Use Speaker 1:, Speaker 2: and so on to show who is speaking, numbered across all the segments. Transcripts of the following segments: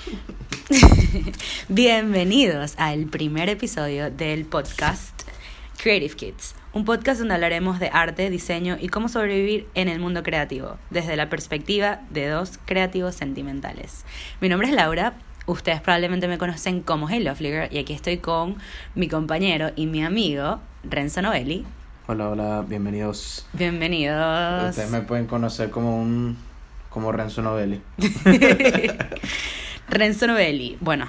Speaker 1: Bienvenidos al primer episodio del podcast Creative Kids, un podcast donde hablaremos de arte, diseño y cómo sobrevivir en el mundo creativo, desde la perspectiva de dos creativos sentimentales. Mi nombre es Laura, ustedes probablemente me conocen como Hey Lovely Girl, y aquí estoy con mi compañero y mi amigo Renzo Novelli.
Speaker 2: Hola, bienvenidos.
Speaker 1: Bienvenidos.
Speaker 2: Ustedes me pueden conocer como Renzo Novelli.
Speaker 1: Renzo Novelli. Bueno,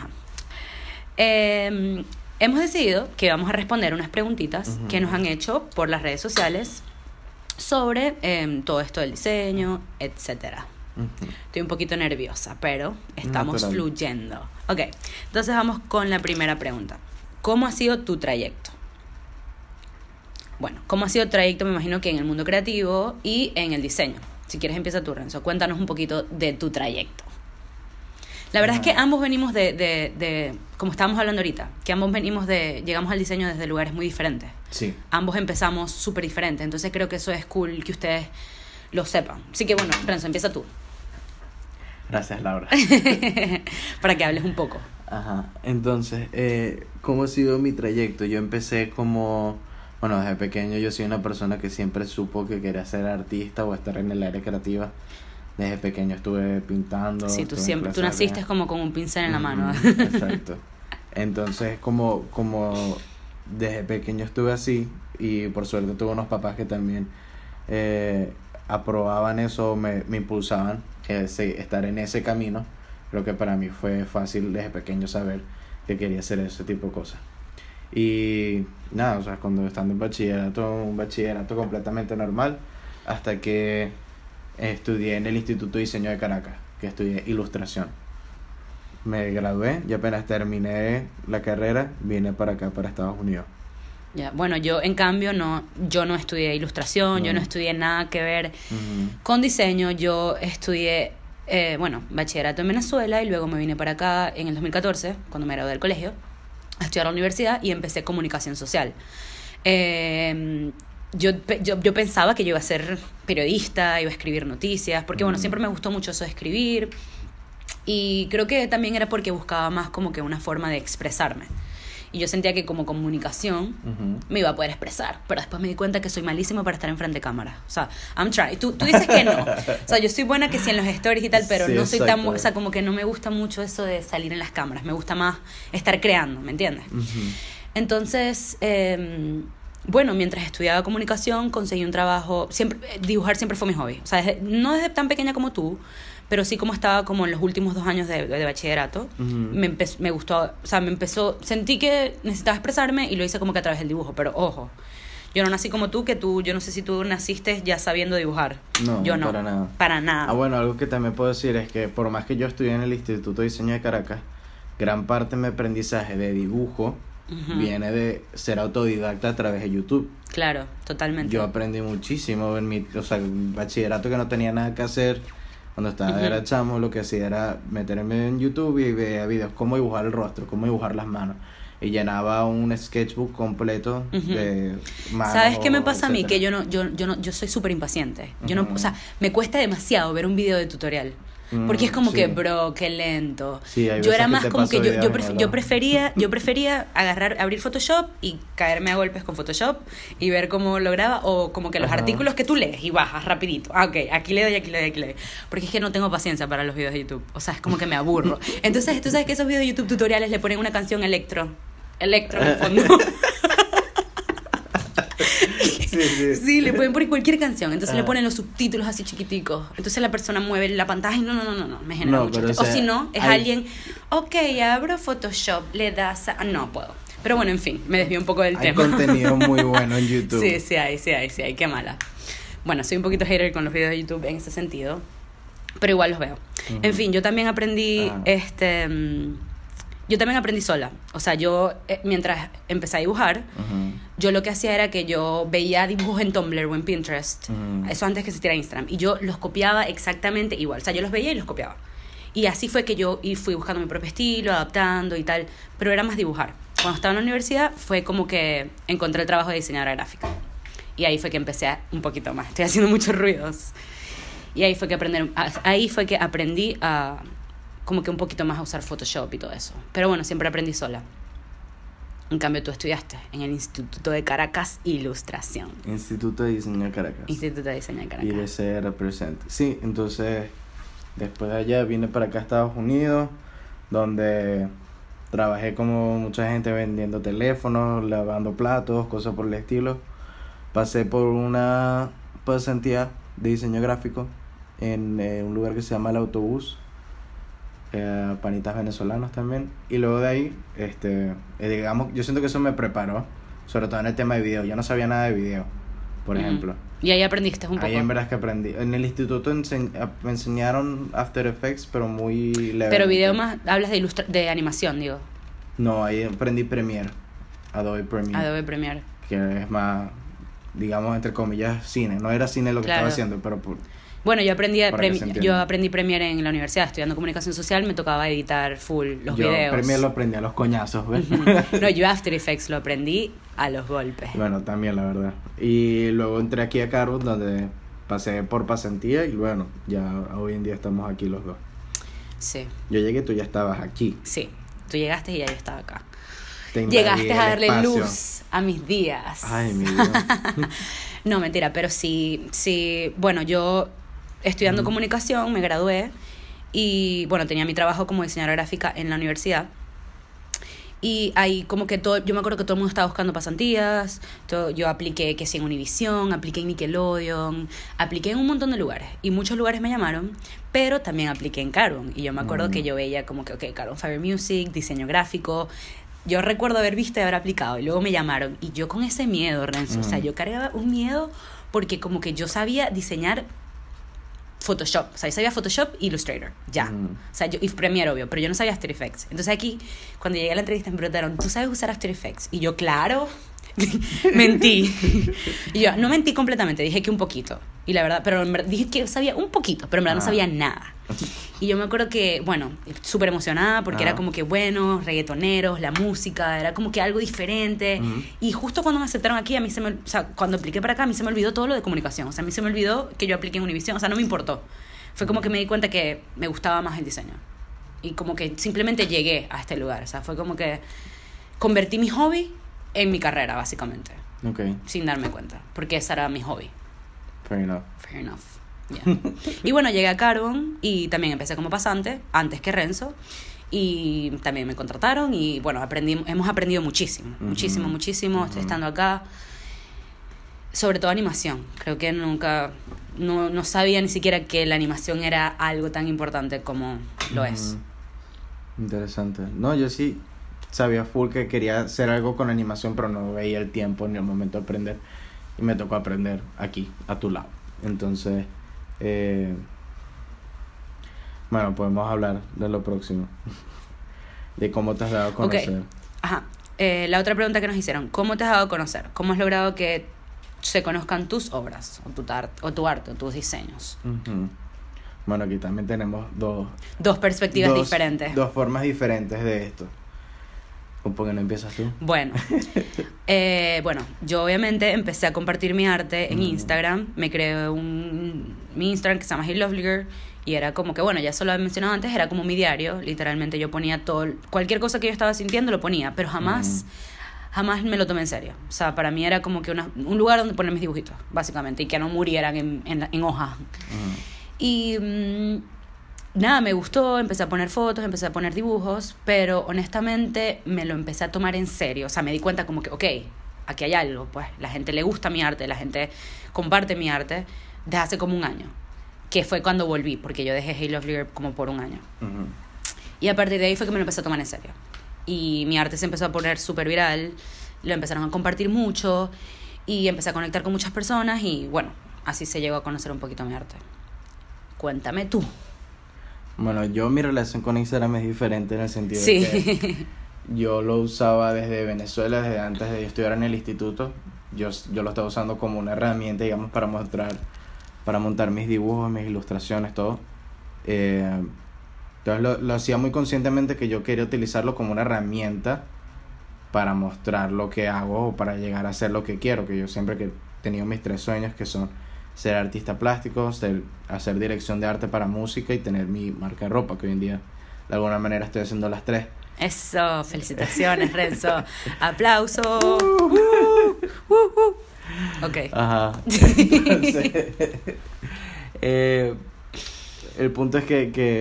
Speaker 1: hemos decidido que vamos a responder unas preguntitas que nos han hecho por las redes sociales sobre todo esto del diseño, etcétera. Estoy un poquito nerviosa, pero estamos fluyendo. Ok, entonces vamos con la primera pregunta. ¿Cómo ha sido tu trayecto? Bueno, ¿cómo ha sido tu trayecto? Me imagino que en el mundo creativo y en el diseño. Si quieres empieza tú, Renzo. Cuéntanos un poquito de tu trayecto. La verdad es que ambos venimos de como estábamos hablando ahorita, que llegamos al diseño desde lugares muy diferentes.
Speaker 2: Sí.
Speaker 1: Ambos empezamos súper diferentes, entonces creo que eso es cool que ustedes lo sepan. Así que bueno, Renzo, empieza tú.
Speaker 2: Gracias, Laura.
Speaker 1: Para que hables un poco.
Speaker 2: Ajá. Entonces, ¿cómo ha sido mi trayecto? Yo empecé desde pequeño yo soy una persona que siempre supo que quería ser artista o estar en el área creativa. Desde pequeño estuve pintando.
Speaker 1: Sí, tú naciste como con un pincel en la mano.
Speaker 2: Exacto. Entonces, como desde pequeño estuve así, y por suerte tuve unos papás que también aprobaban eso, me impulsaban estar en ese camino. Creo que para mí fue fácil desde pequeño saber que quería hacer ese tipo de cosas. Y nada, o sea, cuando estando en un bachillerato completamente normal, hasta que estudié en el Instituto de Diseño de Caracas, que estudié ilustración. Me gradué y apenas terminé la carrera, vine para acá, para Estados Unidos.
Speaker 1: Ya, bueno, yo en cambio yo no estudié ilustración, yo no estudié nada que ver con diseño. Yo estudié, bachillerato en Venezuela y luego me vine para acá en el 2014, cuando me gradué del colegio, a estudiar a la universidad y empecé comunicación social. Yo pensaba que yo iba a ser periodista, iba a escribir noticias, porque siempre me gustó mucho eso de escribir, y creo que también era porque buscaba más como que una forma de expresarme, y yo sentía que como comunicación me iba a poder expresar, pero después me di cuenta que soy malísima para estar enfrente de cámara. O sea, I'm trying. Tú dices que no. O sea, yo soy buena que sí en los stories y tal, pero sí, no soy tan... O sea, como que no me gusta mucho eso de salir en las cámaras. Me gusta más estar creando, ¿me entiendes? Entonces... mientras estudiaba comunicación conseguí un trabajo. Dibujar siempre fue mi hobby. O sea, no desde tan pequeña como tú, pero sí como estaba como en los últimos 2 años de bachillerato. Me gustó, o sea, sentí que necesitaba expresarme y lo hice como que a través del dibujo. Pero ojo, yo no nací como tú, yo no sé si tú naciste ya sabiendo dibujar.
Speaker 2: No,
Speaker 1: yo no, para nada.
Speaker 2: Algo que también puedo decir es que por más que yo estudié en el Instituto de Diseño de Caracas, gran parte de mi aprendizaje de dibujo viene de ser autodidacta a través de YouTube. Claro,
Speaker 1: totalmente.
Speaker 2: Yo aprendí muchísimo en bachillerato, que no tenía nada que hacer. Cuando era chamo, lo que hacía era meterme en YouTube y veía videos cómo dibujar el rostro, cómo dibujar las manos. Y llenaba un sketchbook completo de manos.
Speaker 1: ¿Sabes qué me pasa a mí? Que yo soy súper impaciente. O sea, me cuesta demasiado ver un video de tutorial. Porque es como que, bro, qué lento.
Speaker 2: Sí,
Speaker 1: yo era más como que yo prefería abrir Photoshop y caerme a golpes con Photoshop y ver cómo lograba, o como que los artículos que tú lees y bajas rapidito. Ok, aquí le doy. Porque es que no tengo paciencia para los videos de YouTube. O sea, es como que me aburro. Entonces, tú sabes que esos videos de YouTube tutoriales le ponen una canción electro en el fondo. Sí, le pueden poner cualquier canción. Entonces le ponen los subtítulos así chiquiticos. Entonces la persona mueve la pantalla y no, me genera mucho estrés. O si no, es alguien, abro Photoshop, le das no puedo. Pero bueno, en fin, me desvío un poco del tema.
Speaker 2: Hay contenido muy bueno en YouTube.
Speaker 1: Sí, hay, qué mala. Bueno, soy un poquito hater con los videos de YouTube en ese sentido, pero igual los veo. En fin, yo también aprendí Yo también aprendí sola. O sea, yo mientras empecé a dibujar, yo lo que hacía era que yo veía dibujos en Tumblr o en Pinterest, eso antes que existiera Instagram, y yo los copiaba exactamente igual. O sea, yo los veía y los copiaba. Y así fue que yo fui buscando mi propio estilo, adaptando y tal, pero era más dibujar. Cuando estaba en la universidad fue como que encontré el trabajo de diseñadora gráfica. Y ahí fue que empecé un poquito más. Estoy haciendo muchos ruidos. Y ahí fue que aprendí a como que un poquito más a usar Photoshop y todo eso. Pero bueno, siempre aprendí sola. En cambio, tú estudiaste en el Instituto de Caracas Ilustración.
Speaker 2: Instituto de Diseño de Caracas.
Speaker 1: Instituto de Diseño de Caracas.
Speaker 2: Y de represent. Sí, entonces después de allá vine para acá a Estados Unidos, donde trabajé como mucha gente vendiendo teléfonos, lavando platos, cosas por el estilo. Pasé por una pasantía de diseño gráfico en un lugar que se llama El Autobús, panitas venezolanos también. Y luego de ahí, digamos, yo siento que eso me preparó, sobre todo en el tema de video. Yo no sabía nada de video, por ejemplo.
Speaker 1: Y ahí aprendiste un poco.
Speaker 2: Ahí en verdad es que aprendí. En el instituto me enseñaron After Effects, pero muy leve.
Speaker 1: Pero video más, hablas de animación, digo.
Speaker 2: No, ahí aprendí Premiere, Adobe Premiere.
Speaker 1: Adobe Premiere.
Speaker 2: Que es más, digamos, entre comillas, cine. No era cine lo que estaba haciendo, pero
Speaker 1: bueno, yo aprendí Premiere en la universidad, estudiando comunicación social, me tocaba editar full los videos.
Speaker 2: Yo Premiere lo aprendí a los coñazos, ¿ves?
Speaker 1: No, yo After Effects lo aprendí a los golpes.
Speaker 2: Bueno, también la verdad. Y luego entré aquí a Carbon, donde pasé por pasantía y bueno, ya hoy en día estamos aquí los dos.
Speaker 1: Sí.
Speaker 2: Yo llegué, tú ya estabas aquí.
Speaker 1: Sí, tú llegaste y ya yo estaba acá. Llegaste a darle luz a mis días.
Speaker 2: Ay, mi Dios.
Speaker 1: No, mentira, pero sí, bueno, yo estudiando comunicación me gradué y bueno, tenía mi trabajo como diseñadora gráfica en la universidad. Y ahí como que yo me acuerdo que todo el mundo estaba buscando pasantías, yo apliqué que sí en Univision, apliqué en Nickelodeon, apliqué en un montón de lugares y muchos lugares me llamaron, pero también apliqué en Carbon y yo me acuerdo que yo veía como que, Carbon Fire Music, diseño gráfico. Yo recuerdo haber visto y haber aplicado y luego me llamaron y yo con ese miedo, Renzo, o sea, yo cargaba un miedo porque como que yo sabía diseñar Photoshop, o sea, yo sabía Photoshop e Illustrator, ya, o sea, y Premiere, obvio, pero yo no sabía After Effects. Entonces aquí, cuando llegué a la entrevista me preguntaron, ¿tú sabes usar After Effects? Y yo, claro, mentí. Y yo, no mentí completamente, dije que un poquito. Y la verdad, pero en verdad, dije que sabía un poquito, pero en verdad no sabía nada. Y yo me acuerdo que, bueno, súper emocionada porque era como que, bueno, reggaetoneros, la música, era como que algo diferente. Y justo cuando me aceptaron aquí, a mí o sea, cuando apliqué para acá, a mí se me olvidó todo lo de comunicación. O sea, a mí se me olvidó que yo apliqué en Univision, o sea, no me importó. Fue como que me di cuenta que me gustaba más el diseño. Y como que simplemente llegué a este lugar. O sea, fue como que convertí mi hobby en mi carrera, básicamente.
Speaker 2: Okay.
Speaker 1: Sin darme cuenta, porque ese era mi hobby.
Speaker 2: Fair enough.
Speaker 1: Yeah. Y bueno, llegué a Carbon y también empecé como pasante, antes que Renzo. Y también me contrataron y bueno, hemos aprendido muchísimo, muchísimo estando acá. Sobre todo animación. Creo que nunca, no sabía ni siquiera que la animación era algo tan importante como lo es.
Speaker 2: Interesante. No, yo sí sabía full que quería hacer algo con animación, pero no veía el tiempo ni el momento de aprender. Y me tocó aprender aquí, a tu lado. Entonces, bueno, podemos hablar de lo próximo. De cómo te has dado a conocer.
Speaker 1: Okay. Ajá. La otra pregunta que nos hicieron, ¿cómo te has dado a conocer? ¿Cómo has logrado que se conozcan tus obras, o tu arte, o tus diseños?
Speaker 2: Bueno, aquí también tenemos
Speaker 1: dos perspectivas diferentes.
Speaker 2: Dos formas diferentes de esto. ¿Por qué no empiezas tú?
Speaker 1: Bueno, yo obviamente empecé a compartir mi arte en Instagram. Me creé mi Instagram que se llama Hey Lovely Girl. Y era como que, bueno, ya se lo había mencionado antes, era como mi diario. Literalmente yo ponía cualquier cosa que yo estaba sintiendo lo ponía, pero jamás me lo tomé en serio. O sea, para mí era como que un lugar donde poner mis dibujitos, básicamente, y que no murieran en hojas. Y nada, me gustó, empecé a poner fotos, empecé a poner dibujos, pero honestamente me lo empecé a tomar en serio. O sea, me di cuenta como que, ok, aquí hay algo, pues la gente le gusta mi arte, la gente comparte mi arte desde hace como un año, que fue cuando volví, porque yo dejé Hey Lovely Girl como por un año. Y a partir de ahí fue que me lo empecé a tomar en serio. Y mi arte se empezó a poner súper viral, lo empezaron a compartir mucho y empecé a conectar con muchas personas y bueno, así se llegó a conocer un poquito mi arte. Cuéntame tú.
Speaker 2: Bueno, mi relación con Instagram es diferente en el sentido de que yo lo usaba desde Venezuela, desde antes de yo estudiar en el instituto. Yo lo estaba usando como una herramienta, digamos, para montar mis dibujos, mis ilustraciones, todo. Entonces lo hacía muy conscientemente, que yo quería utilizarlo como una herramienta para mostrar lo que hago o para llegar a hacer lo que quiero, que yo siempre he tenido mis 3 sueños, que son ser artista plástico, hacer dirección de arte para música y tener mi marca de ropa, que hoy en día de alguna manera estoy haciendo las tres.
Speaker 1: Eso, felicitaciones, Renzo. Aplauso. Ok.
Speaker 2: Ajá. Entonces, el punto es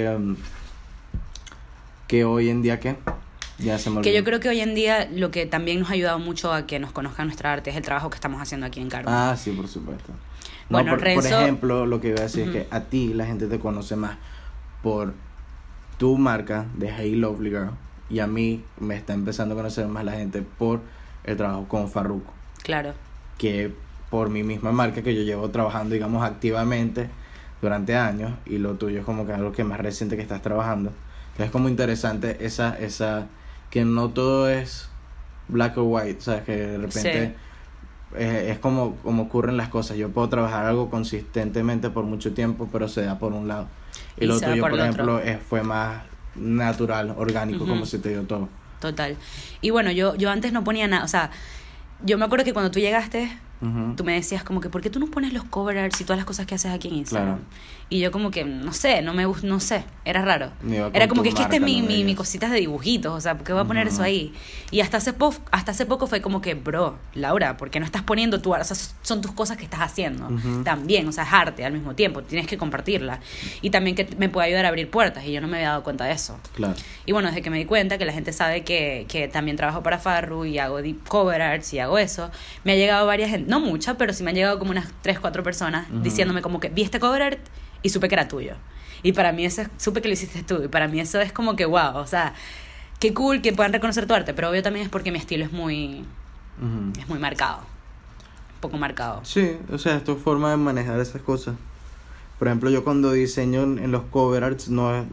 Speaker 2: que hoy en día, ¿qué? Ya se me olvidó.
Speaker 1: Que yo creo que hoy en día lo que también nos ha ayudado mucho a que nos conozcan nuestra arte es el trabajo que estamos haciendo aquí en Karma.
Speaker 2: Ah, sí, por supuesto.
Speaker 1: Bueno,
Speaker 2: por
Speaker 1: Renzo...
Speaker 2: ejemplo, lo que iba a decir es que a ti la gente te conoce más por tu marca de Hey Lovely Girl, y a mí me está empezando a conocer más la gente por el trabajo con Farruko,
Speaker 1: Claro.
Speaker 2: que por mi misma marca que yo llevo trabajando, digamos, activamente durante años, y lo tuyo es como que algo que más reciente que estás trabajando. Entonces es como interesante esa que no todo es black or white, ¿sabes? Que de repente es como ocurren las cosas. Yo puedo trabajar algo consistentemente por mucho tiempo, pero se da por un lado. Y lo tuyo, por ejemplo, fue más natural, orgánico, como se te dio todo.
Speaker 1: Total. Y bueno, yo antes no ponía nada, o sea, yo me acuerdo que cuando tú llegaste, tú me decías como que, ¿por qué tú no pones los cover arts y todas las cosas que haces aquí en Instagram?
Speaker 2: Claro.
Speaker 1: Y yo como que, no sé, no sé, era raro.
Speaker 2: Era
Speaker 1: como que es que este es mi cositas de dibujitos, o sea, ¿por qué voy a poner eso ahí? Y hasta hace poco fue como que, bro, Laura, ¿por qué no estás poniendo tu arte? O sea, son tus cosas que estás haciendo también, o sea, es arte al mismo tiempo, tienes que compartirla. Y también que me puede ayudar a abrir puertas, y yo no me había dado cuenta de eso.
Speaker 2: Claro.
Speaker 1: Y bueno, desde que me di cuenta que la gente sabe que también trabajo para Farru y hago cover arts y hago eso, me ha llegado varias gente, no mucha, pero sí me han llegado como unas 3-4 personas diciéndome como que vi este cover art y supe que era tuyo. Y para mí eso supe que lo hiciste tú. Y para mí eso es como que wow, o sea, qué cool que puedan reconocer tu arte, pero obvio también es porque mi estilo es muy marcado. Un poco marcado.
Speaker 2: Sí, o sea, es tu forma de manejar esas cosas. Por ejemplo, yo cuando diseño en los cover arts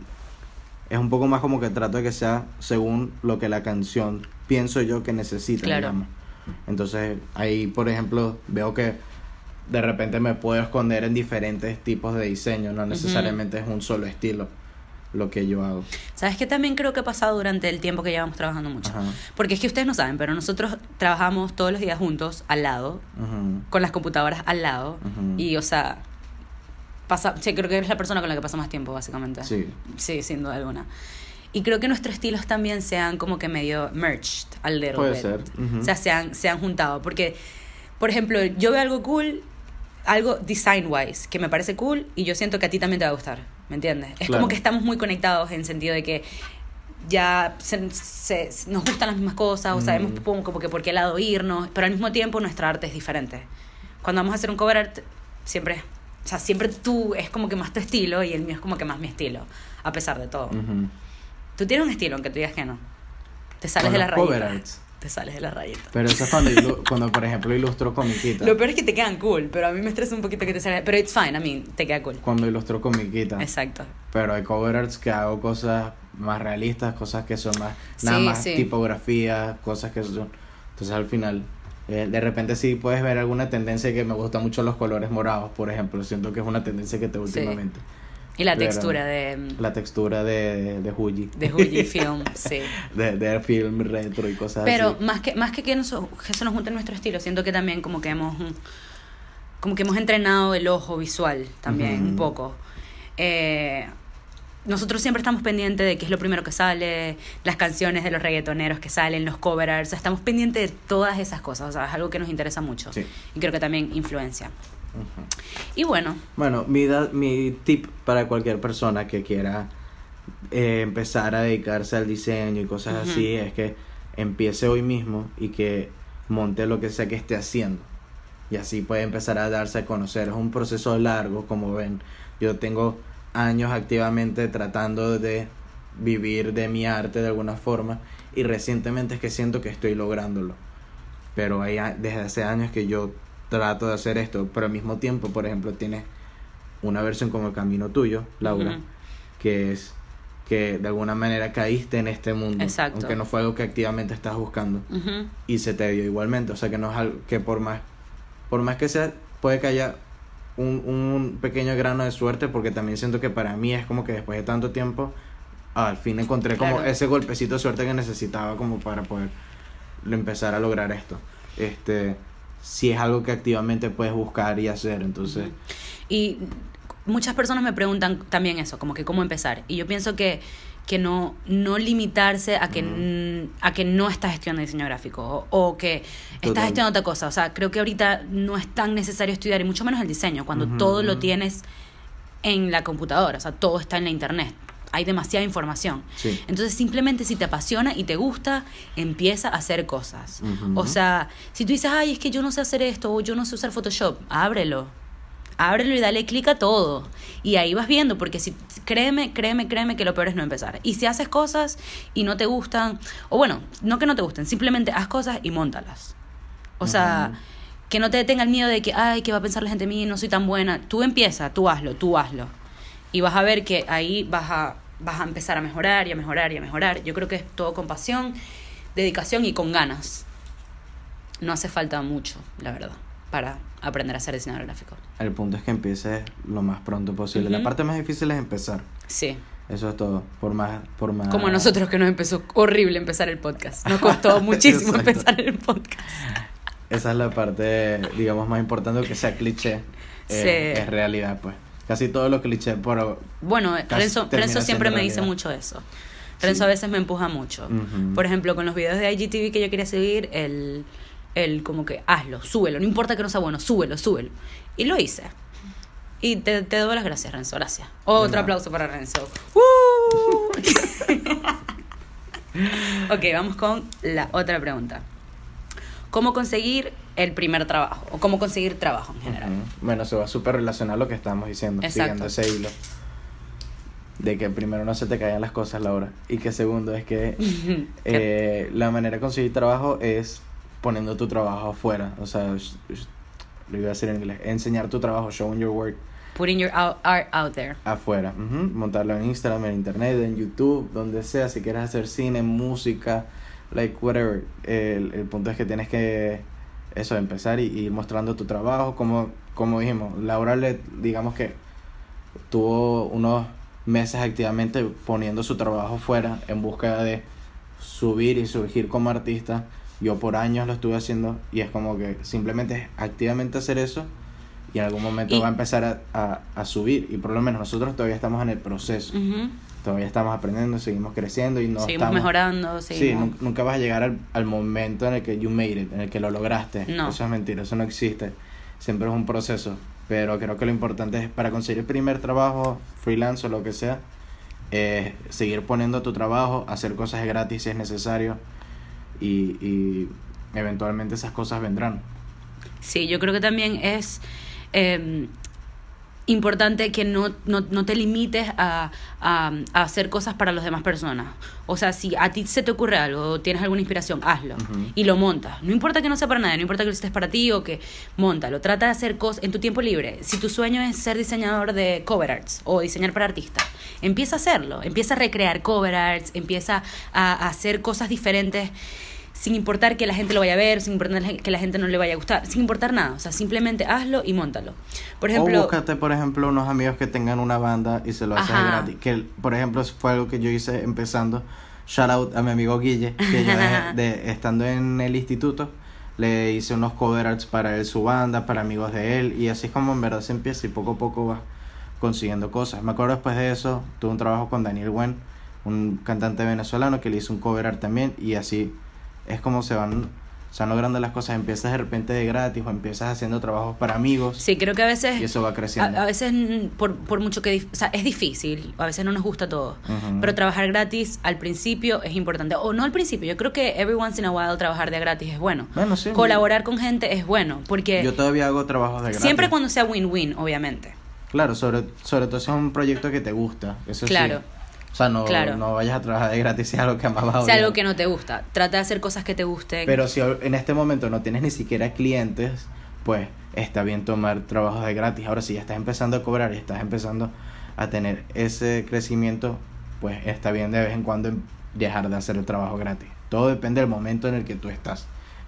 Speaker 2: es un poco más como que trato de que sea según lo que la canción pienso yo que necesita,
Speaker 1: claro.
Speaker 2: Digamos. Entonces ahí, por ejemplo, veo que de repente me puedo esconder en diferentes tipos de diseño, no necesariamente es un solo estilo lo que yo hago.
Speaker 1: ¿Sabes qué también creo que ha pasado durante el tiempo que llevamos trabajando mucho? Porque es que ustedes no saben, pero nosotros trabajamos todos los días juntos, al lado, con las computadoras al lado, y o sea, sí, creo que eres la persona con la que pasa más tiempo, básicamente. Sí, sin duda alguna. Y creo que nuestros estilos también se han como que medio merged a little
Speaker 2: Puede
Speaker 1: bit.
Speaker 2: ser.
Speaker 1: O sea, se han juntado. Porque, por ejemplo, yo veo algo cool, algo design-wise, que me parece cool, y yo siento que a ti también te va a gustar, ¿me entiendes? Es como que estamos muy conectados en sentido de que ya nos gustan las mismas cosas, o sabemos como que por qué lado irnos, pero al mismo tiempo nuestra arte es diferente. Cuando vamos a hacer un cover art, siempre tú es como que más tu estilo, y el mío es como que más mi estilo, a pesar de todo. Tú tienes un estilo, aunque tú digas que no. Te sales de las rayitas. Te sales de las rayitas.
Speaker 2: Pero eso es cuando por ejemplo, ilustro comiquitas.
Speaker 1: Lo peor es que te quedan cool, pero a mí me estresa un poquito que te salgan. Pero it's fine, a mí te queda cool.
Speaker 2: Cuando ilustro comiquitas.
Speaker 1: Exacto.
Speaker 2: Pero hay cover arts que hago cosas más realistas, cosas que son más tipografías, cosas que son... Entonces al final, de repente sí puedes ver alguna tendencia que me gustan mucho los colores morados, por ejemplo. Siento que es una tendencia que tengo últimamente.
Speaker 1: Y la textura de...
Speaker 2: La textura de Fuji.
Speaker 1: De Fuji Film, sí.
Speaker 2: De film retro y cosas
Speaker 1: pero
Speaker 2: así.
Speaker 1: Pero más que eso nos junte en nuestro estilo, siento que también como que hemos entrenado el ojo visual también, un poco. Nosotros siempre estamos pendientes de qué es lo primero que sale, las canciones de los reggaetoneros que salen, los cover arts, estamos pendientes de todas esas cosas, o sea, es algo que nos interesa mucho.
Speaker 2: Sí.
Speaker 1: Y creo que también influencia. Y bueno,
Speaker 2: mi tip para cualquier persona que quiera empezar a dedicarse al diseño y cosas así es que empiece hoy mismo y que monte lo que sea que esté haciendo, y así puede empezar a darse a conocer. Es un proceso largo, como ven. Yo tengo años activamente tratando de vivir de mi arte de alguna forma, y recientemente es que siento que estoy lográndolo, pero desde hace años que yo trato de hacer esto. Pero al mismo tiempo, por ejemplo, tienes una versión como El Camino Tuyo, Laura, que es que de alguna manera caíste en este mundo.
Speaker 1: Exacto.
Speaker 2: Aunque no fue algo que activamente estás buscando, y se te dio igualmente. O sea, que no es algo que por más que sea, puede que haya un pequeño grano de suerte, porque también siento que para mí es como que después de tanto tiempo al fin encontré como ese golpecito de suerte que necesitaba como para poder empezar a lograr esto. Si es algo que activamente puedes buscar y hacer, entonces...
Speaker 1: Y muchas personas me preguntan también eso, como que cómo empezar. Y yo pienso que no limitarse a que no estás estudiando diseño gráfico o que estás estudiando otra cosa. O sea, creo que ahorita no es tan necesario estudiar, y mucho menos el diseño, cuando todo lo tienes en la computadora. O sea, todo está en la internet. Hay demasiada información.
Speaker 2: Sí.
Speaker 1: Entonces, simplemente si te apasiona y te gusta, empieza a hacer cosas. O sea, si tú dices, ay, es que yo no sé hacer esto, o yo no sé usar Photoshop, ábrelo y dale clic a todo. Y ahí vas viendo, porque si créeme que lo peor es no empezar. Y si haces cosas y no te gustan, o bueno, no que no te gusten, simplemente haz cosas y móntalas. O sea, que no te detenga el miedo de que, ay, ¿qué va a pensar la gente de mí? No soy tan buena. Tú empieza, tú hazlo. Y vas a ver que ahí vas a empezar a mejorar y a mejorar y a mejorar. Yo creo que es todo con pasión, dedicación y con ganas. No hace falta mucho, la verdad, para aprender a ser diseñador gráfico.
Speaker 2: El punto es que empieces lo más pronto posible. La parte más difícil es empezar.
Speaker 1: Sí.
Speaker 2: Eso es todo. Por más...
Speaker 1: Como a nosotros, que nos empezó horrible empezar el podcast. Nos costó muchísimo empezar el podcast.
Speaker 2: Esa es la parte, digamos, más importante, que sea cliché.
Speaker 1: Sí.
Speaker 2: Es realidad, pues. Casi todo lo cliché por...
Speaker 1: Bueno, Renzo siempre me dice mucho eso. Renzo a veces me empuja mucho. Por ejemplo, con los videos de IGTV que yo quería subir, él como que hazlo, súbelo, no importa que no sea bueno, súbelo. Y lo hice. Y te doy las gracias, Renzo, gracias. Otro aplauso para Renzo. Ok, vamos con la otra pregunta. ¿Cómo conseguir el primer trabajo? O cómo conseguir trabajo en general.
Speaker 2: Bueno, se va súper relacionado a lo que estábamos diciendo.
Speaker 1: Exacto.
Speaker 2: Siguiendo ese hilo. De que primero no se te caigan las cosas, Laura. Y que segundo es que la manera de conseguir trabajo es poniendo tu trabajo afuera. O sea, lo iba a decir en inglés. Enseñar tu trabajo, showing your work.
Speaker 1: Putting your art out there.
Speaker 2: Afuera. Montarlo en Instagram, en internet, en YouTube, donde sea. Si quieres hacer cine, música, like whatever. El punto es que tienes que empezar y ir mostrando tu trabajo. Como dijimos, Laura, digamos que tuvo unos meses activamente poniendo su trabajo fuera en busca de subir y surgir como artista. Yo por años lo estuve haciendo, y es como que simplemente activamente hacer eso, y en algún momento va a empezar a subir. Y por lo menos nosotros todavía estamos en el proceso. Todavía estamos aprendiendo, seguimos creciendo y
Speaker 1: seguimos mejorando.
Speaker 2: Sí, nunca vas a llegar al momento en el que you made it, en el que lo lograste.
Speaker 1: No.
Speaker 2: Eso es mentira, eso no existe. Siempre es un proceso. Pero creo que lo importante es, para conseguir el primer trabajo, freelance o lo que sea, seguir poniendo tu trabajo, hacer cosas gratis si es necesario, y eventualmente esas cosas vendrán.
Speaker 1: Sí, yo creo que también es importante que no te limites a hacer cosas para las demás personas. O sea, si a ti se te ocurre algo o tienes alguna inspiración, hazlo y lo montas. No importa que no sea para nadie, no importa que lo estés para ti o que móntalo. Trata de hacer cosas en tu tiempo libre. Si tu sueño es ser diseñador de cover arts o diseñar para artistas, empieza a hacerlo. Empieza a recrear cover arts, empieza a hacer cosas diferentes, sin importar que la gente lo vaya a ver, sin importar que la gente no le vaya a gustar, sin importar nada. O sea, simplemente hazlo y móntalo. Por ejemplo,
Speaker 2: o búscate, por ejemplo, unos amigos que tengan una banda y se lo haces gratis. Que, por ejemplo, fue algo que yo hice empezando. Shout out a mi amigo Guille, que yo estando en el instituto, le hice unos cover arts para él, su banda, para amigos de él. Y así es como en verdad se empieza, y poco a poco vas consiguiendo cosas. Me acuerdo, después de eso, tuve un trabajo con Daniel Wen, un cantante venezolano, que le hizo un cover art también, y así es como se van logrando las cosas. Empiezas de repente de gratis, o empiezas haciendo trabajos para amigos.
Speaker 1: Sí, creo que a veces...
Speaker 2: Y eso va creciendo.
Speaker 1: A veces, por mucho que... O sea, es difícil. A veces no nos gusta todo. Pero trabajar gratis al principio es importante. O no al principio. Yo creo que every once in a while trabajar de gratis es bueno.
Speaker 2: Bueno, sí.
Speaker 1: Colaborar con gente es bueno. Porque...
Speaker 2: Yo todavía hago trabajos de gratis.
Speaker 1: Siempre cuando sea win-win, obviamente.
Speaker 2: Claro, sobre todo si es un proyecto que te gusta. Eso
Speaker 1: claro.
Speaker 2: Sí. O sea, no vayas a trabajar de gratis si es algo que más vas a odiar.
Speaker 1: Si es algo que no te gusta. Trata de hacer cosas que te gusten.
Speaker 2: Pero si en este momento no tienes ni siquiera clientes, pues está bien tomar trabajos de gratis. Ahora, si ya estás empezando a cobrar y estás empezando a tener ese crecimiento, pues está bien de vez en cuando dejar de hacer el trabajo gratis. Todo depende del momento en el que tú estás.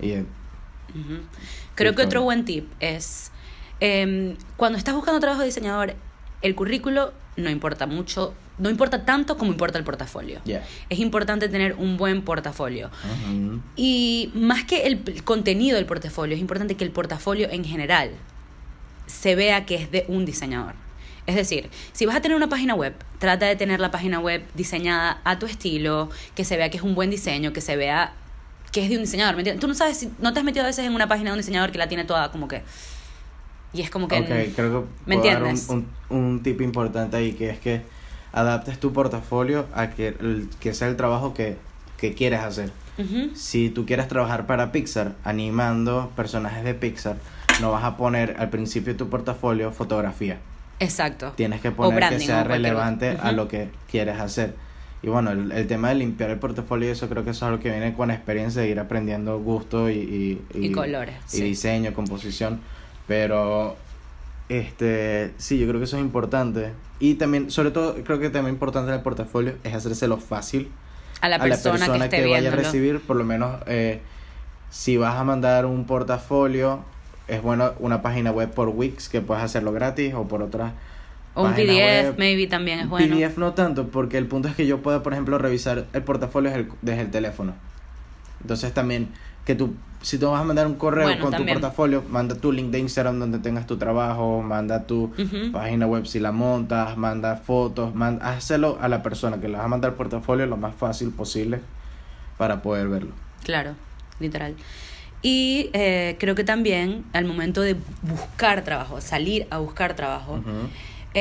Speaker 1: Creo que otro buen tip es, cuando estás buscando trabajo de diseñador, el currículo no importa mucho. No importa tanto como importa el portafolio.
Speaker 2: Yeah.
Speaker 1: Es importante tener un buen portafolio. Y más que el contenido del portafolio, es importante que el portafolio en general se vea que es de un diseñador. Es decir, si vas a tener una página web, trata de tener la página web diseñada a tu estilo, que se vea que es un buen diseño, que se vea que es de un diseñador, ¿me entiendes? Tú no sabes si no te has metido a veces en una página de un diseñador que la tiene toda como que... Y es como que...
Speaker 2: Ok, creo que
Speaker 1: ¿me
Speaker 2: puedo dar
Speaker 1: entiendes?
Speaker 2: un tip importante ahí, que es que adaptes tu portafolio a que sea el trabajo que quieres hacer.
Speaker 1: Ujú.
Speaker 2: Si tú quieres trabajar para Pixar, animando personajes de Pixar, no vas a poner al principio de tu portafolio fotografía.
Speaker 1: Exacto.
Speaker 2: Tienes que
Speaker 1: O
Speaker 2: poner
Speaker 1: branding,
Speaker 2: que sea
Speaker 1: o cualquier-
Speaker 2: relevante a
Speaker 1: Ujú.
Speaker 2: lo que quieres hacer. Y bueno, el tema de limpiar el portafolio, eso creo que eso es algo que viene con experiencia, de ir aprendiendo gusto
Speaker 1: Y colores,
Speaker 2: y
Speaker 1: sí.
Speaker 2: diseño, composición. Pero sí, yo creo que eso es importante. Y también, sobre todo, creo que también importante en el portafolio es hacérselo fácil
Speaker 1: A la persona que esté
Speaker 2: vaya a
Speaker 1: viéndolo.
Speaker 2: recibir. Por lo menos, si vas a mandar un portafolio, es bueno una página web por Wix, que puedes hacerlo gratis, o por otras
Speaker 1: O un
Speaker 2: páginas
Speaker 1: PDF,
Speaker 2: web.
Speaker 1: maybe también es bueno.
Speaker 2: PDF no tanto, porque el punto es que yo pueda, por ejemplo, revisar el portafolio desde el teléfono. Entonces también, si tú vas a mandar un correo
Speaker 1: Bueno,
Speaker 2: con
Speaker 1: también.
Speaker 2: tu portafolio, manda tu link de Instagram donde tengas tu trabajo, manda tu
Speaker 1: Ujú.
Speaker 2: página web si la montas, manda fotos, hazlo a la persona que le vas a mandar el portafolio lo más fácil posible para poder verlo.
Speaker 1: Claro, literal. Y creo que también al momento de buscar trabajo, salir a buscar trabajo,
Speaker 2: Ujú.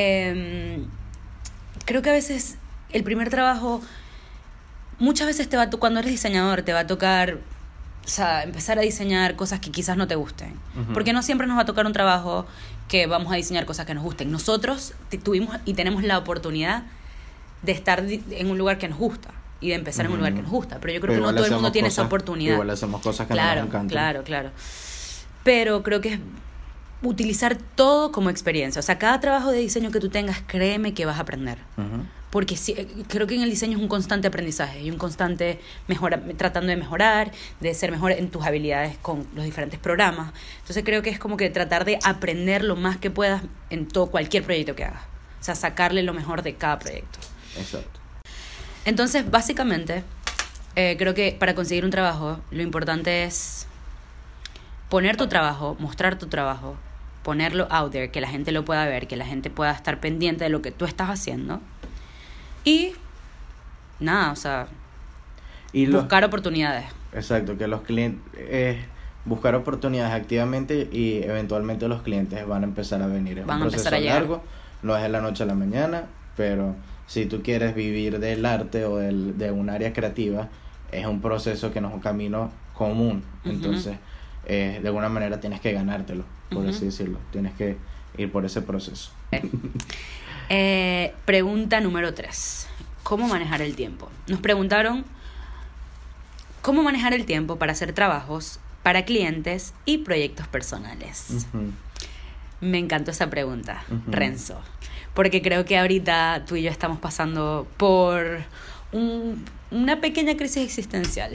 Speaker 1: creo que a veces el primer trabajo, muchas veces cuando eres diseñador, te va a tocar, o sea, empezar a diseñar cosas que quizás no te gusten.
Speaker 2: Ujú.
Speaker 1: Porque no siempre nos va a tocar un trabajo que vamos a diseñar cosas que nos gusten. Nosotros tuvimos y tenemos la oportunidad de estar en un lugar que nos gusta y de empezar en un lugar que nos gusta. Pero yo creo que no
Speaker 2: Igual
Speaker 1: todo el mundo
Speaker 2: hacemos
Speaker 1: tiene esa
Speaker 2: cosas-
Speaker 1: oportunidad.
Speaker 2: Igual hacemos cosas que no
Speaker 1: Claro,
Speaker 2: nos encantan.
Speaker 1: claro, claro. Pero creo que es utilizar todo como experiencia. O sea, cada trabajo de diseño que tú tengas, créeme que vas a aprender.
Speaker 2: Ujú.
Speaker 1: Porque creo que en el diseño es un constante aprendizaje y un constante tratando de mejorar, de ser mejor en tus habilidades con los diferentes programas. Entonces creo que es como que tratar de aprender lo más que puedas en cualquier proyecto que hagas. O sea, sacarle lo mejor de cada proyecto.
Speaker 2: Exacto.
Speaker 1: Entonces, básicamente, creo que para conseguir un trabajo, lo importante es poner tu trabajo, mostrar tu trabajo, ponerlo out there, que la gente lo pueda ver, que la gente pueda estar pendiente de lo que tú estás haciendo. Y nada, o sea,
Speaker 2: Y los-
Speaker 1: buscar oportunidades.
Speaker 2: Exacto, que los clientes, buscar oportunidades activamente, y eventualmente los clientes van a empezar a venir. Es
Speaker 1: Van
Speaker 2: un
Speaker 1: a
Speaker 2: proceso
Speaker 1: empezar a llegar.
Speaker 2: largo, no es de la noche a la mañana, pero si tú quieres vivir del arte o de un área creativa, es un proceso que no es un camino común.
Speaker 1: Ujú.
Speaker 2: Entonces, de alguna manera tienes que ganártelo, por
Speaker 1: Ujú.
Speaker 2: así decirlo. Tienes que ir por ese proceso.
Speaker 1: Pregunta número 3. ¿Cómo manejar el tiempo? Nos preguntaron cómo manejar el tiempo para hacer trabajos para clientes y proyectos personales.
Speaker 2: Ujú.
Speaker 1: Me encantó esa pregunta,
Speaker 2: Ujú.
Speaker 1: Renzo, porque creo que ahorita tú y yo estamos pasando por una pequeña crisis existencial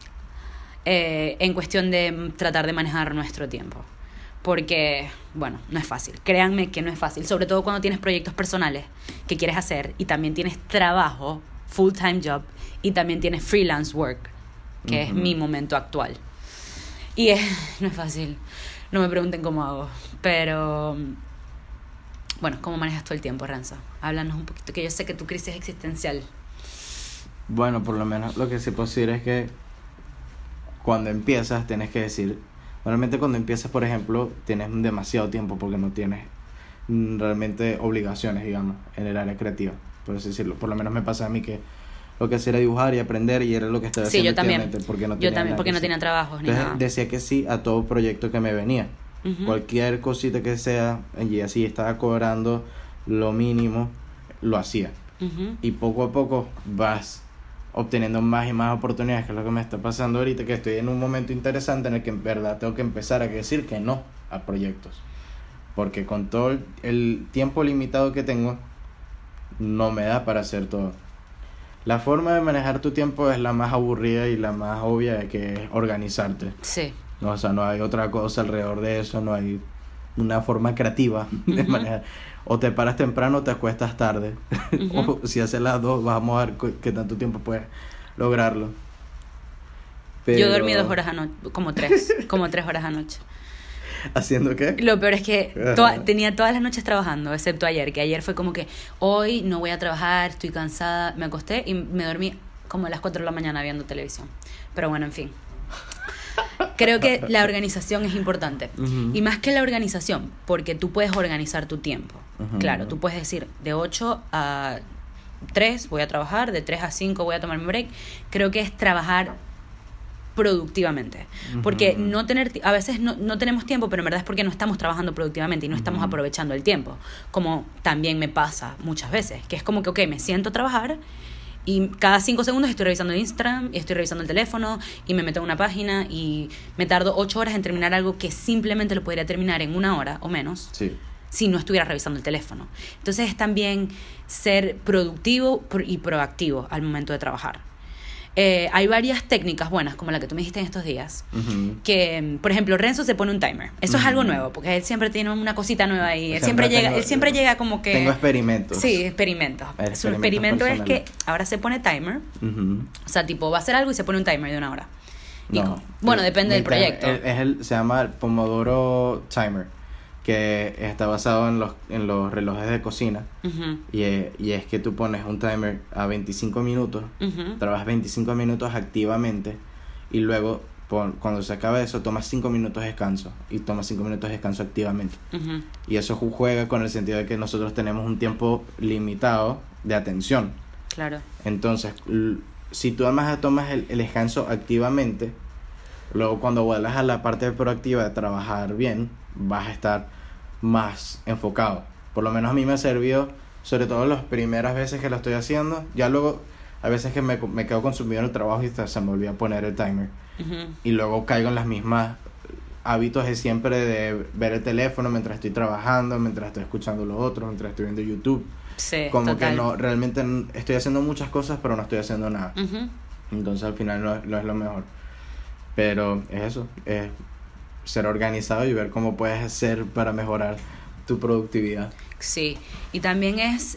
Speaker 1: en cuestión de tratar de manejar nuestro tiempo. Porque, bueno, no es fácil. Créanme que no es fácil. Sobre todo cuando tienes proyectos personales que quieres hacer y también tienes trabajo, full-time job, y también tienes freelance work, que es
Speaker 2: Ujú.
Speaker 1: mi momento actual. Y no es fácil. No me pregunten cómo hago. Pero, bueno, ¿cómo manejas tú el tiempo, Renzo? Háblanos un poquito, que yo sé que tu crisis es existencial.
Speaker 2: Bueno, por lo menos lo que sí puedo decir es que cuando empiezas tienes que decir, realmente cuando empiezas, por ejemplo, tienes demasiado tiempo porque no tienes realmente obligaciones, digamos, en el área creativa, por así decirlo. Por lo menos me pasa a mí que lo que hacía era dibujar y aprender, y era lo que estaba
Speaker 1: Sí,
Speaker 2: haciendo
Speaker 1: yo también.
Speaker 2: últimamente, porque no
Speaker 1: Yo
Speaker 2: tenía
Speaker 1: también,
Speaker 2: nada
Speaker 1: porque
Speaker 2: que
Speaker 1: no
Speaker 2: hacer.
Speaker 1: tenía trabajos ni
Speaker 2: Entonces
Speaker 1: nada.
Speaker 2: decía que sí a todo proyecto que me venía.
Speaker 1: Ujú.
Speaker 2: Cualquier cosita que sea, y así estaba cobrando lo mínimo, lo hacía.
Speaker 1: Ujú.
Speaker 2: Y poco a poco vas obteniendo más y más oportunidades, que es lo que me está pasando ahorita, que estoy en un momento interesante en el que en verdad tengo que empezar a decir que no a proyectos, porque con todo el tiempo limitado que tengo no me da para hacer todo. La forma de manejar tu tiempo es la más aburrida y la más obvia, que es organizarte.
Speaker 1: Sí.
Speaker 2: No, o sea, no hay otra cosa alrededor de eso, no hay una forma creativa de
Speaker 1: Ujú.
Speaker 2: manejar. O te paras temprano o te acuestas tarde.
Speaker 1: Ujú.
Speaker 2: O si haces las dos, vamos a ver qué tanto tiempo puedes lograrlo.
Speaker 1: Yo dormí 2 horas anoche, como 3 horas anoche.
Speaker 2: ¿Haciendo qué?
Speaker 1: Lo peor es que tenía todas las noches trabajando, excepto ayer, que ayer fue como que hoy no voy a trabajar, estoy cansada, me acosté y me dormí como a las 4 de la mañana viendo televisión. Pero bueno, en fin. Creo que la organización es importante. Y más que la organización, porque tú puedes organizar tu tiempo. Claro, tú puedes decir, de 8 a 3 voy a trabajar, de 3 a 5 voy a tomar mi break. Creo que es trabajar productivamente. Porque a veces no tenemos tiempo, pero en verdad es porque no estamos trabajando productivamente y no estamos aprovechando el tiempo. Como también me pasa muchas veces, que es como que, ok, me siento a trabajar y cada 5 segundos estoy revisando Instagram, y estoy revisando el teléfono y me meto en una página y me tardo 8 horas en terminar algo que simplemente lo podría terminar en 1 hora o menos.
Speaker 2: Sí.
Speaker 1: Si no estuviera revisando el teléfono. Entonces es también ser productivo y proactivo al momento de trabajar. Hay varias técnicas buenas, como la que tú me dijiste en estos días, que, por ejemplo, Renzo se pone un timer. Eso es algo nuevo, porque él siempre tiene una cosita nueva ahí. Él siempre llega como que...
Speaker 2: Tengo experimentos.
Speaker 1: Sí, experimentos. Su experimento es que ahora se pone timer. O sea, tipo, va a hacer algo y se pone un timer de 1 hora. Bueno, depende del proyecto.
Speaker 2: Se llama el Pomodoro Timer, que está basado en los relojes de cocina. Y es que tú pones un timer a 25 minutos, trabajas 25 minutos activamente y luego cuando se acaba eso tomas 5 minutos de descanso y tomas 5 minutos de descanso activamente. Y eso juega con el sentido de que nosotros tenemos un tiempo limitado de atención.
Speaker 1: Claro.
Speaker 2: Entonces, si tú además tomas el descanso activamente, luego cuando vuelvas a la parte proactiva de trabajar bien, vas a estar más enfocado. Por lo menos a mí me ha servido, sobre todo las primeras veces que lo estoy haciendo. Ya luego, a veces que me quedo consumido en el trabajo y se me olvida poner el timer. Y luego caigo en las mismas hábitos de siempre de ver el teléfono mientras estoy trabajando, mientras estoy escuchando lo otro, mientras estoy viendo YouTube.
Speaker 1: Sí,
Speaker 2: como
Speaker 1: total.
Speaker 2: que no, realmente estoy haciendo muchas cosas, pero no estoy haciendo nada. Entonces al final no es lo mejor. Pero es eso, es ser organizado y ver cómo puedes hacer para mejorar tu productividad.
Speaker 1: Sí, y también es...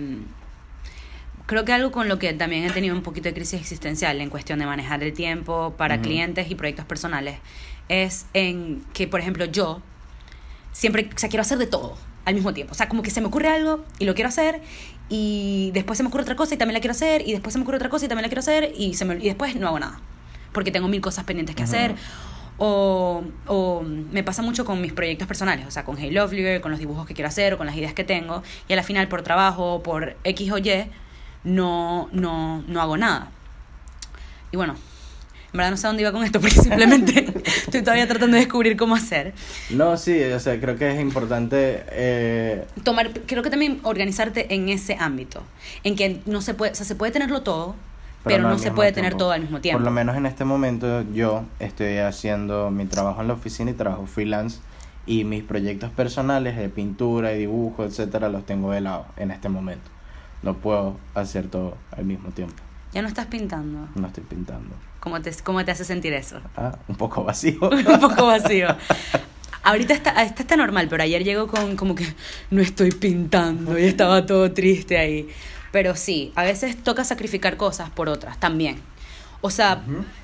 Speaker 1: creo que algo con lo que también he tenido un poquito de crisis existencial en cuestión de manejar el tiempo para clientes y proyectos personales es en que, por ejemplo, yo siempre, o sea, quiero hacer de todo al mismo tiempo. O sea, como que se me ocurre algo y lo quiero hacer y después se me ocurre otra cosa y también la quiero hacer y después se me ocurre otra cosa y también la quiero hacer y después no hago nada porque tengo 1000 cosas pendientes que hacer. O me pasa mucho con mis proyectos personales, o sea, con Hey Lovelier, con los dibujos que quiero hacer o con las ideas que tengo, y a la final por trabajo, por X o Y, no hago nada. Y bueno, en verdad no sé a dónde iba con esto porque simplemente estoy todavía tratando de descubrir cómo hacer.
Speaker 2: No, sí, o sea, creo que es importante
Speaker 1: creo que también organizarte en ese ámbito, en que no se puede, o sea, se puede tenerlo todo, pero no se puede tener todo al mismo tiempo.
Speaker 2: Por lo menos en este momento yo estoy haciendo mi trabajo en la oficina y trabajo freelance, y mis proyectos personales de pintura y dibujo, etcétera, los tengo de lado en este momento. No puedo hacer todo al mismo tiempo.
Speaker 1: ¿Ya no estás pintando?
Speaker 2: No estoy pintando.
Speaker 1: ¿Cómo te hace sentir eso?
Speaker 2: Un poco vacío.
Speaker 1: Un poco vacío. Ahorita está normal, pero ayer llegó con como que no estoy pintando y estaba todo triste ahí. Pero sí, a veces toca sacrificar cosas por otras también. O sea,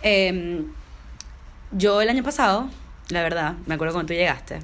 Speaker 1: yo el año pasado, la verdad, me acuerdo cuando tú llegaste,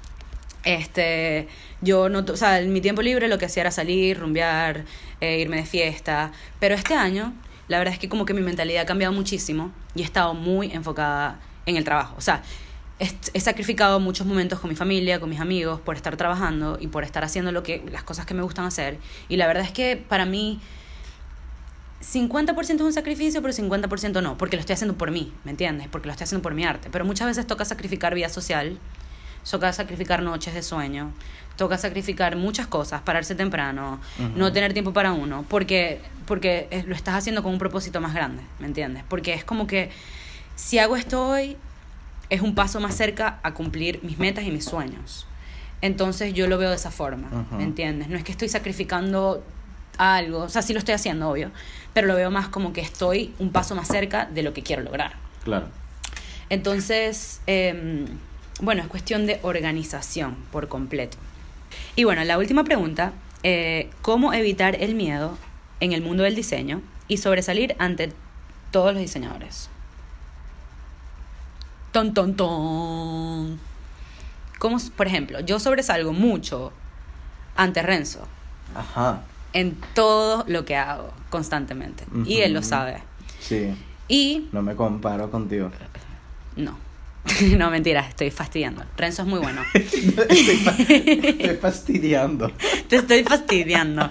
Speaker 1: yo no, o sea, en mi tiempo libre lo que hacía era salir, rumbear, irme de fiesta. Pero este año, la verdad es que como que mi mentalidad ha cambiado muchísimo y he estado muy enfocada en el trabajo. O sea, he sacrificado muchos momentos con mi familia, con mis amigos, por estar trabajando y por estar haciendo las cosas que me gustan hacer. Y la verdad es que para mí 50% es un sacrificio, pero 50% no, porque lo estoy haciendo por mí, ¿me entiendes? Porque lo estoy haciendo por mi arte. Pero muchas veces toca sacrificar vida social, toca sacrificar noches de sueño, toca sacrificar muchas cosas, pararse temprano, no tener tiempo para uno, porque lo estás haciendo con un propósito más grande, ¿me entiendes? Porque es como que si hago esto hoy, es un paso más cerca a cumplir mis metas y mis sueños. Entonces yo lo veo de esa forma, ¿me entiendes? No es que estoy sacrificando algo, o sea, sí lo estoy haciendo, obvio, pero lo veo más como que estoy un paso más cerca de lo que quiero lograr.
Speaker 2: Claro.
Speaker 1: Entonces, bueno, es cuestión de organización por completo. Y bueno, la última pregunta, ¿cómo evitar el miedo en el mundo del diseño y sobresalir ante todos los diseñadores? Ton, ton, ton. como, por ejemplo, yo sobresalgo mucho ante Renzo.
Speaker 2: Ajá.
Speaker 1: En todo lo que hago, constantemente. Uh-huh. Y él lo sabe.
Speaker 2: Sí.
Speaker 1: Y...
Speaker 2: no me comparo contigo.
Speaker 1: No. No, mentira, estoy fastidiando. Renzo es muy bueno.
Speaker 2: Estoy fastidiando.
Speaker 1: Te estoy fastidiando.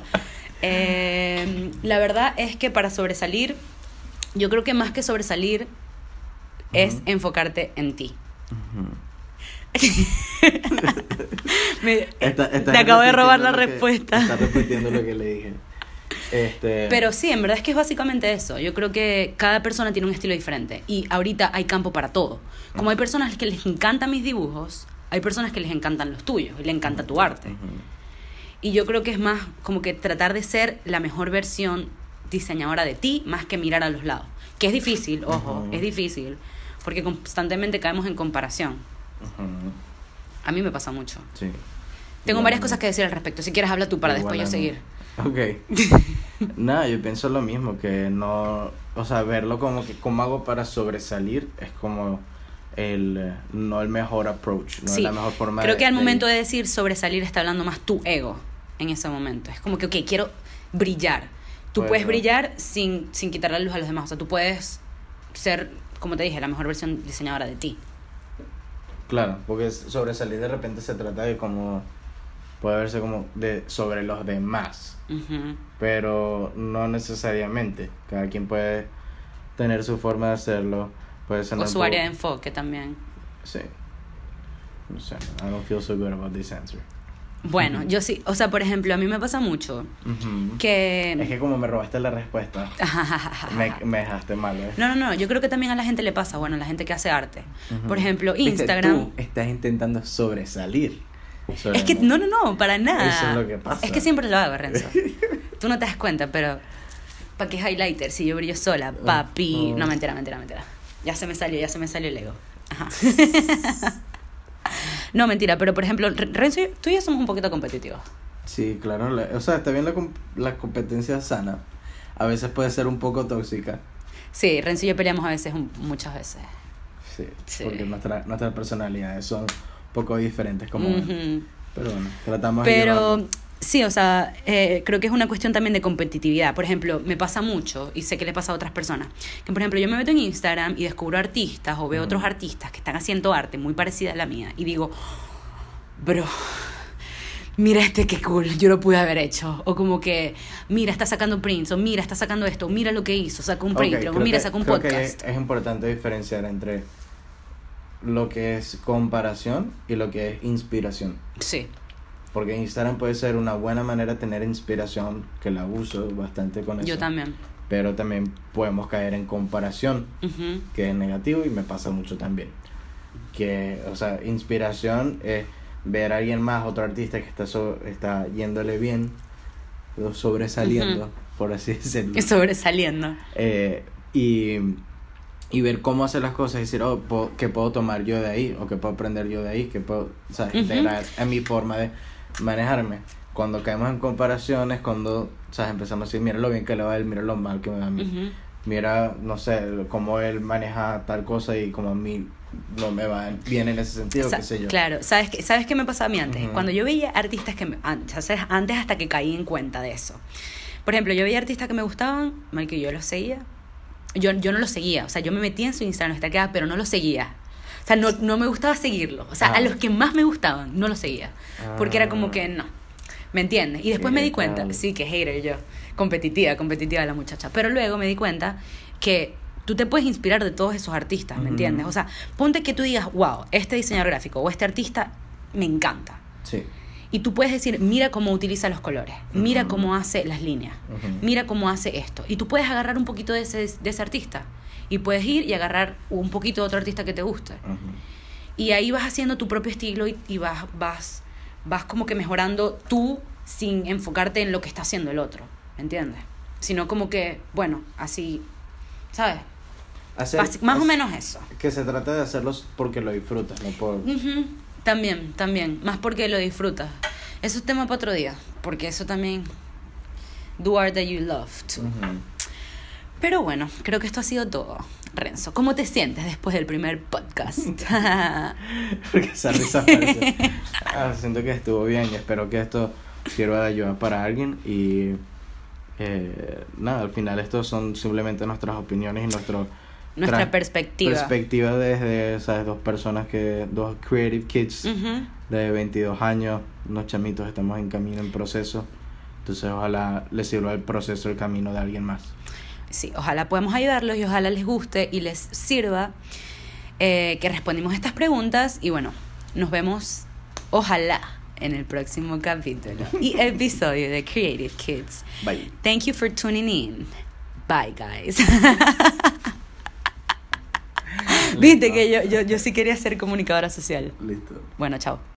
Speaker 1: La verdad es que para sobresalir, yo creo que más que sobresalir es enfocarte en ti. Te acabo de robar la respuesta.
Speaker 2: Está repitiendo lo que le dije.
Speaker 1: Pero sí, en verdad es que es básicamente eso. Yo creo que cada persona tiene un estilo diferente y ahorita hay campo para todo. Como hay personas que les encantan mis dibujos, hay personas que les encantan los tuyos y les encanta tu arte. Y yo creo que es más como que tratar de ser la mejor versión diseñadora de ti, más que mirar a los lados. Que es difícil, ojo, es difícil, porque constantemente caemos en comparación. A mí me pasa mucho.
Speaker 2: Sí.
Speaker 1: Tengo varias cosas que decir al respecto. Si quieres, habla tú para después yo seguir.
Speaker 2: Ok. Nada, yo pienso lo mismo, que no... o sea, verlo como que cómo hago para sobresalir es como no el mejor approach, no es la mejor forma
Speaker 1: creo que al momento de decir sobresalir está hablando más tu ego en ese momento. Es como que, ok, quiero brillar. Tú puedes brillar sin quitarle la luz a los demás. O sea, tú puedes ser, como te dije, la mejor versión diseñadora de ti.
Speaker 2: Claro, porque sobresalir de repente se trata de como... puede verse como sobre los demás. Pero no necesariamente. Cada quien puede tener su forma de hacerlo. Puede ser
Speaker 1: o su área de enfoque también.
Speaker 2: Sí. No sé. I don't feel so good about this answer.
Speaker 1: Bueno, yo sí. O sea, por ejemplo, a mí me pasa mucho que...
Speaker 2: es que como me robaste la respuesta, me dejaste mal, ¿eh?
Speaker 1: No. Yo creo que también a la gente le pasa. Bueno, a la gente que hace arte. Por ejemplo, Instagram...
Speaker 2: Tú estás intentando sobresalir.
Speaker 1: Es que no, para nada.
Speaker 2: Eso es lo que pasa.
Speaker 1: Es que siempre lo hago, Renzo. Tú no te das cuenta, pero... ¿para qué highlighter si yo brillo sola? Papi... No, mentira. Ya se me salió el ego. Ajá. No, mentira, pero por ejemplo, Renzo, tú y yo somos un poquito competitivos.
Speaker 2: Sí, claro. O sea, está bien la competencia sana. A veces puede ser un poco tóxica.
Speaker 1: Sí, Renzo y yo peleamos a veces, muchas veces.
Speaker 2: Sí. Porque nuestras personalidades son un poco diferentes como pero bueno, tratamos de llevarlo.
Speaker 1: Sí, o sea, creo que es una cuestión también de competitividad. Por ejemplo, me pasa mucho, y sé que le pasa a otras personas, que por ejemplo yo me meto en Instagram y descubro artistas o veo otros artistas que están haciendo arte muy parecida a la mía y digo, bro, mira qué cool, yo lo pude haber hecho. O como que, mira, está sacando prints, o mira, está sacando esto, mira lo que hizo, sacó un print, o mira, sacó un podcast.
Speaker 2: Que es importante diferenciar entre lo que es comparación y lo que es inspiración.
Speaker 1: Sí.
Speaker 2: Porque Instagram puede ser una buena manera de tener inspiración, que la uso bastante con eso.
Speaker 1: Yo también.
Speaker 2: Pero también podemos caer en comparación, que es negativo y me pasa mucho también. Que, o sea, inspiración es ver a alguien más, otro artista que está yéndole bien, sobresaliendo, por así decirlo.
Speaker 1: Sobresaliendo.
Speaker 2: Y ver cómo hacer las cosas y decir, ¿qué puedo tomar yo de ahí? O ¿qué puedo aprender yo de ahí? ¿Qué puedo, sabes, integrar en mi forma de manejarme? Cuando caemos en comparaciones, cuando, sabes, empezamos a decir, mira lo bien que le va a él, mira lo mal que me va a mí. Mira, no sé, cómo él maneja tal cosa y como a mí no me va bien en ese sentido, qué sé yo.
Speaker 1: Claro, ¿sabes qué me pasaba a mí antes? Cuando yo veía artistas que antes hasta que caí en cuenta de eso. Por ejemplo, yo veía artistas que me gustaban, mal que yo los seguía. Yo no lo seguía, o sea, yo me metía en su Instagram, pero no lo seguía. O sea, no me gustaba seguirlo. O sea, a los que más me gustaban, no lo seguía. Porque era como que no. ¿Me entiendes? Y después me di cuenta, sí, que hater yo. Competitiva la muchacha. Pero luego me di cuenta que tú te puedes inspirar de todos esos artistas, ¿me entiendes? O sea, ponte que tú digas, wow, este diseñador gráfico o este artista me encanta.
Speaker 2: Sí.
Speaker 1: Y tú puedes decir, mira cómo utiliza los colores, mira cómo hace las líneas, mira cómo hace esto. Y tú puedes agarrar un poquito de ese artista. Y puedes ir y agarrar un poquito de otro artista que te guste. Y ahí vas haciendo tu propio estilo y vas como que mejorando tú sin enfocarte en lo que está haciendo el otro. ¿Me entiendes? Sino como que, bueno, así, ¿sabes? Más o menos eso.
Speaker 2: Que se trata de hacerlos porque lo disfrutas, no por...
Speaker 1: También, más porque lo disfrutas. Eso es tema para otro día, porque eso también... Do art that you love too. Pero bueno, creo que esto ha sido todo. Renzo, ¿cómo te sientes después del primer podcast?
Speaker 2: Porque esa risa parece. Siento que estuvo bien y espero que esto sirva de ayuda para alguien. Y nada, al final estos son simplemente nuestras opiniones y
Speaker 1: nuestra perspectiva
Speaker 2: desde, ¿sabes? Dos creative kids de 22 años, unos chamitos, estamos en camino, en proceso. Entonces ojalá les sirva el proceso, el camino de alguien más.
Speaker 1: Sí, ojalá podamos ayudarlos y ojalá les guste y les sirva que respondimos estas preguntas. Y bueno, nos vemos, ojalá, en el próximo capítulo y episodio de Creative Kids.
Speaker 2: Bye.
Speaker 1: Thank you for tuning in. Bye, guys. Viste que yo sí quería ser comunicadora social.
Speaker 2: Listo.
Speaker 1: Bueno, chao.